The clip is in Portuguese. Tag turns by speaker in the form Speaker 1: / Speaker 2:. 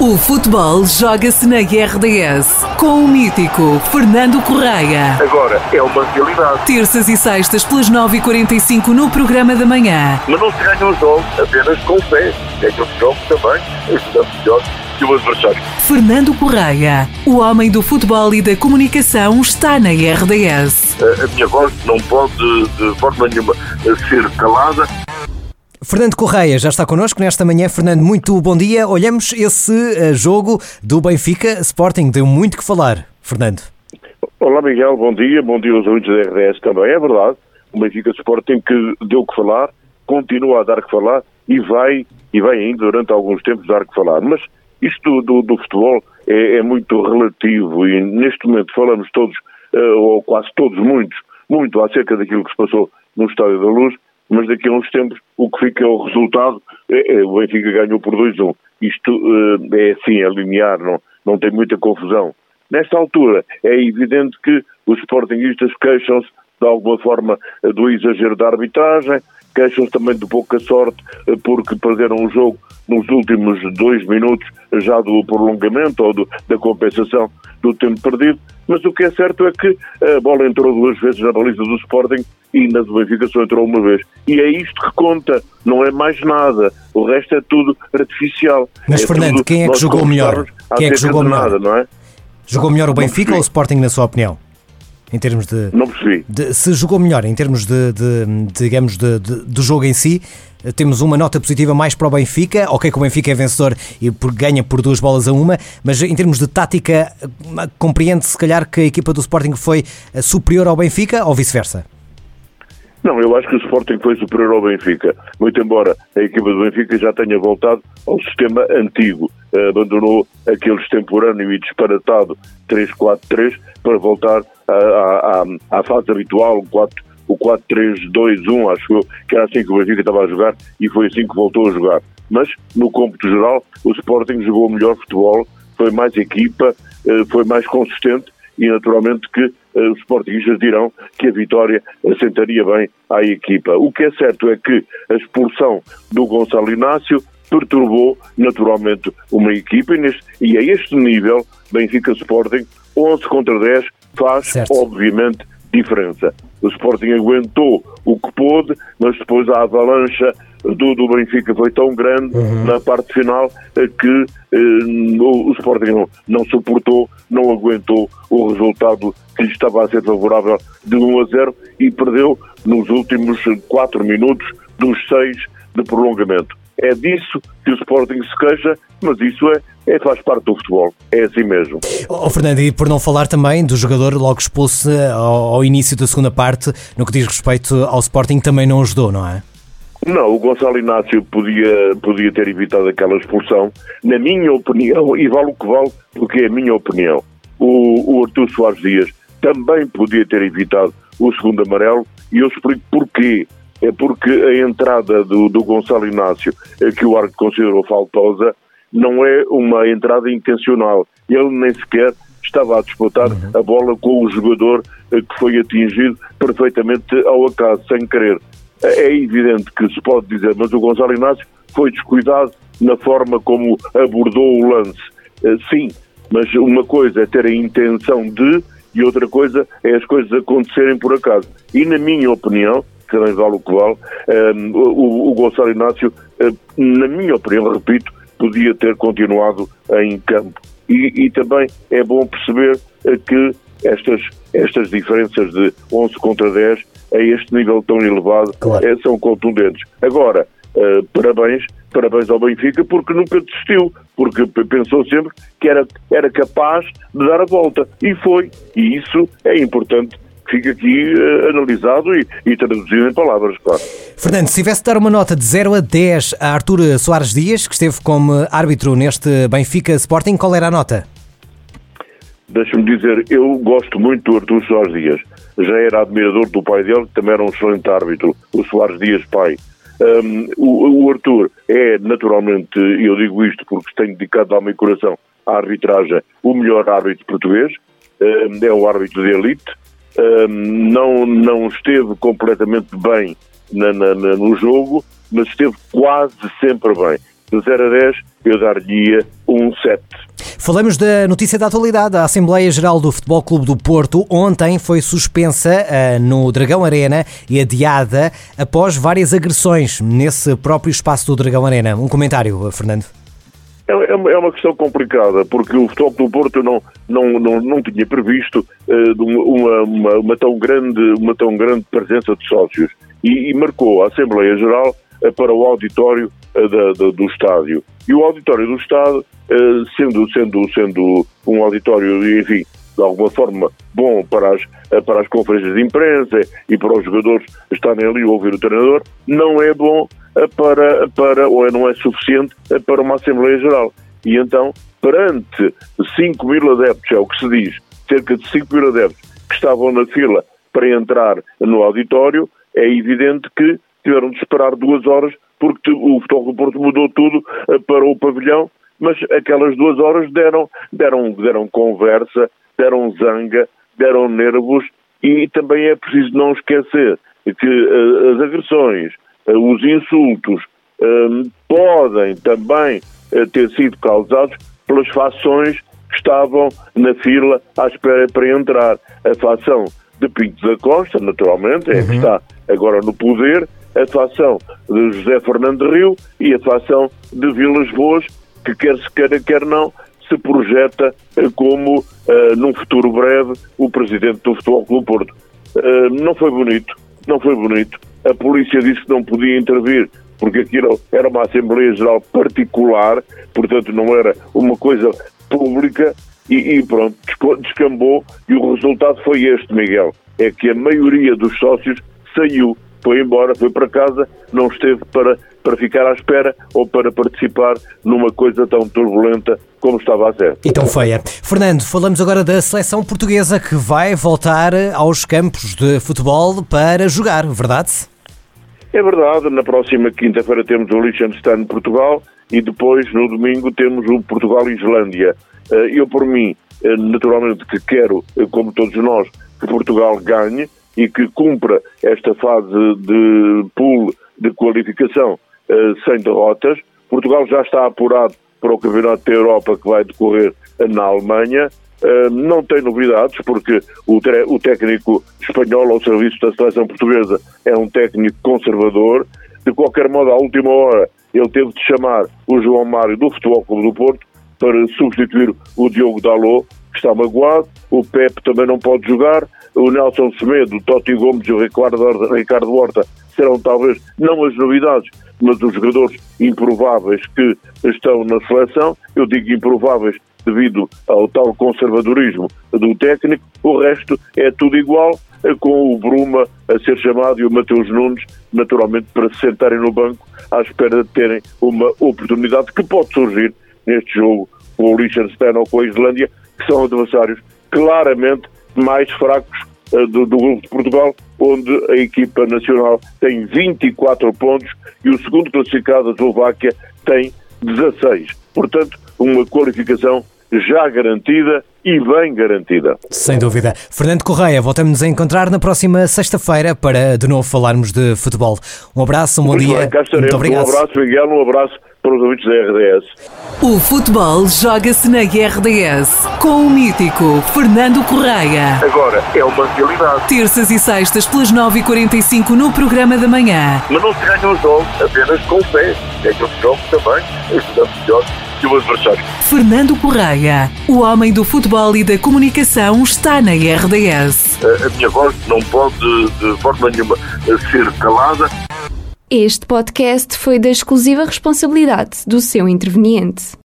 Speaker 1: O futebol joga-se na RDS com o mítico Fernando Correia.
Speaker 2: Agora é uma realidade.
Speaker 1: Terças e sextas pelas 9h45 no programa da manhã.
Speaker 2: Mas não se ganham os jogos apenas com fé. Ganham os jogos também, ajudando melhor que o adversário.
Speaker 1: Fernando Correia, o homem do futebol e da comunicação, está na RDS.
Speaker 2: A minha voz não pode de forma nenhuma ser calada.
Speaker 3: Fernando Correia já está connosco nesta manhã. Fernando, muito bom dia. Olhamos esse jogo do Benfica Sporting. Deu muito que falar, Fernando.
Speaker 2: Olá, Miguel. Bom dia aos ouvintes da RDS também. É verdade, o Benfica Sporting que deu que falar, continua a dar que falar e vai ainda durante alguns tempos dar que falar. Mas isto do futebol é muito relativo e neste momento falamos todos, ou quase todos, muito acerca daquilo que se passou no Estádio da Luz. Mas daqui a uns tempos o que fica é o resultado. O Benfica ganhou por 2-1. Isto é assim, é linear, não tem muita confusão. Nesta altura é evidente que os sportinguistas queixam-se de alguma forma do exagero da arbitragem, queixam-se também de pouca sorte porque perderam o jogo nos últimos 2 minutos já do prolongamento ou da compensação do tempo perdido. Mas o que é certo é que a bola entrou 2 vezes na baliza do Sporting e na do Benfica só entrou 1 vez. E é isto que conta, não é mais nada. O resto é tudo artificial.
Speaker 3: Mas Fernando, quem é que jogou melhor? Quem é que jogou melhor?
Speaker 2: Nada, não é?
Speaker 3: Jogou melhor o Benfica ou o Sporting, na sua opinião? Em termos de...
Speaker 2: Não percebi.
Speaker 3: Se jogou melhor em termos digamos, do jogo em si, temos uma nota positiva mais para o Benfica. Ok que o Benfica é vencedor e ganha por 2-1, mas em termos de tática, compreende-se se calhar que a equipa do Sporting foi superior ao Benfica ou vice-versa?
Speaker 2: Não, eu acho que o Sporting foi superior ao Benfica, muito embora a equipa do Benfica já tenha voltado ao sistema antigo, abandonou aquele extemporâneo e disparatado 3-4-3 para voltar à fase habitual, o 4-3-2-1, acho eu, que era assim que o Benfica estava a jogar e foi assim que voltou a jogar. Mas, no cômputo geral, o Sporting jogou melhor futebol, foi mais equipa, foi mais consistente e naturalmente que os sportinguistas dirão que a vitória assentaria bem à equipa. O que é certo é que a expulsão do Gonçalo Inácio perturbou naturalmente uma equipa e a este nível, Benfica Sporting, 11 contra 10 faz
Speaker 3: certo.
Speaker 2: Obviamente diferença. O Sporting aguentou o que pôde, mas depois a avalanche do Benfica foi tão grande na parte final que o Sporting não suportou, não aguentou o resultado que lhe estava a ser favorável de 1-0 e perdeu nos últimos 4 minutos dos 6 de prolongamento. É disso que o Sporting se queixa, mas isso faz parte do futebol, é assim mesmo.
Speaker 3: Fernando, e por não falar também do jogador logo expulso ao início da segunda parte, no que diz respeito ao Sporting, também não ajudou, não é?
Speaker 2: Não, o Gonçalo Inácio podia ter evitado aquela expulsão, na minha opinião, e vale o que vale, porque é a minha opinião. O Artur Soares Dias também podia ter evitado o segundo amarelo, e eu explico porquê. É porque a entrada do Gonçalo Inácio, que o árbitro considerou faltosa, não é uma entrada intencional. Ele nem sequer estava a disputar a bola com o jogador que foi atingido perfeitamente ao acaso, sem querer. É evidente que se pode dizer, mas o Gonçalo Inácio foi descuidado na forma como abordou o lance. Sim, mas uma coisa é ter a intenção de e outra coisa é as coisas acontecerem por acaso. E na minha opinião, que também vale o que vale, o Gonçalo Inácio, na minha opinião, repito, podia ter continuado em campo. E também é bom perceber que estas diferenças de 11 contra 10 a este nível tão elevado, claro, são contundentes. Agora, parabéns ao Benfica porque nunca desistiu, porque pensou sempre que era capaz de dar a volta. E foi. E isso é importante. Fica aqui analisado e traduzido em palavras, claro.
Speaker 3: Fernando, se tivesse de dar uma nota de 0 a 10 a Artur Soares Dias, que esteve como árbitro neste Benfica Sporting, qual era a nota?
Speaker 2: Deixa-me dizer, eu gosto muito do Artur Soares Dias. Já era admirador do pai dele, que também era um excelente árbitro, o Soares Dias pai. O Artur é, naturalmente, eu digo isto porque tenho dedicado alma e coração à arbitragem, o melhor árbitro português, é um árbitro de elite. Não esteve completamente bem no jogo, mas esteve quase sempre bem. de 0 a 10, eu dar-lhe um 7.
Speaker 3: Falamos da notícia da atualidade. A Assembleia Geral do Futebol Clube do Porto ontem foi suspensa no Dragão Arena e adiada após várias agressões nesse próprio espaço do Dragão Arena. Um comentário, Fernando?
Speaker 2: É uma questão complicada, porque o Futebol Clube do Porto não tinha previsto uma tão grande presença de sócios e marcou a Assembleia Geral para o auditório do estádio. E o auditório do estádio, sendo um auditório, enfim, de alguma forma bom para as conferências de imprensa e para os jogadores estarem ali a ouvir o treinador, não é bom ou não é suficiente para uma Assembleia Geral. E então, perante 5 mil adeptos, é o que se diz, cerca de 5 mil adeptos que estavam na fila para entrar no auditório, é evidente que tiveram de esperar 2 horas, porque o Futebol do Porto mudou tudo para o pavilhão, mas aquelas 2 horas deram conversa, deram zanga, deram nervos, e também é preciso não esquecer que as agressões, os insultos, podem também ter sido causados pelas facções que estavam na fila à espera para entrar. A facção de Pinto da Costa, naturalmente, é que está agora no poder, a facção de José Fernando Rio e a facção de Vilas Boas, que quer se queira, quer não, se projeta como, num futuro breve, o presidente do Futebol Clube Porto. Não foi bonito. A polícia disse que não podia intervir, porque aquilo era uma Assembleia Geral particular, portanto não era uma coisa pública, e pronto, descambou, e o resultado foi este, Miguel, é que a maioria dos sócios saiu, foi embora, foi para casa, não esteve para ficar à espera ou para participar numa coisa tão turbulenta como estava a ser.
Speaker 3: E tão feia. Fernando, falamos agora da seleção portuguesa que vai voltar aos campos de futebol para jogar, verdade?
Speaker 2: É verdade, na próxima quinta-feira temos o Liechtenstein-Portugal e depois, no domingo, temos o Portugal-Islândia. Eu, por mim, naturalmente que quero, como todos nós, que Portugal ganhe e que cumpra esta fase de pool de qualificação sem derrotas. Portugal já está apurado para o Campeonato da Europa que vai decorrer na Alemanha. Não tem novidades, porque o técnico espanhol ao serviço da seleção portuguesa é um técnico conservador. De qualquer modo, à última hora, ele teve de chamar o João Mário do Futebol Clube do Porto para substituir o Diogo Dalot, que está magoado. O Pepe também não pode jogar. O Nelson Semedo, o Totti Gomes e o Ricardo Horta serão talvez não as novidades, mas os jogadores improváveis que estão na seleção. Eu digo improváveis devido ao tal conservadorismo do técnico. O resto é tudo igual, com o Bruma a ser chamado e o Mateus Nunes, naturalmente, para se sentarem no banco à espera de terem uma oportunidade que pode surgir neste jogo com o Liechtenstein ou com a Islândia, que são adversários claramente mais fracos do grupo de Portugal, onde a equipa nacional tem 24 pontos e o segundo classificado, a Eslováquia, tem 16. Portanto, uma qualificação já garantida e bem garantida.
Speaker 3: Sem dúvida. Fernando Correia, voltamos a encontrar na próxima sexta-feira para de novo falarmos de futebol. Um abraço, um bom dia. Muito obrigado.
Speaker 2: Um abraço, Miguel, um abraço para os ouvintes da RDS.
Speaker 1: O futebol joga-se na RDS com o mítico Fernando Correia.
Speaker 2: Agora é uma realidade.
Speaker 1: Terças e sextas pelas 9h45 no programa da manhã.
Speaker 2: Mas não se ganham os jogos apenas com fé. Ganham os jogos também, ajudando melhor que o adversário.
Speaker 1: Fernando Correia, o homem do futebol e da comunicação, está na RDS.
Speaker 2: A minha voz não pode de forma nenhuma ser calada.
Speaker 4: Este podcast foi da exclusiva responsabilidade do seu interveniente.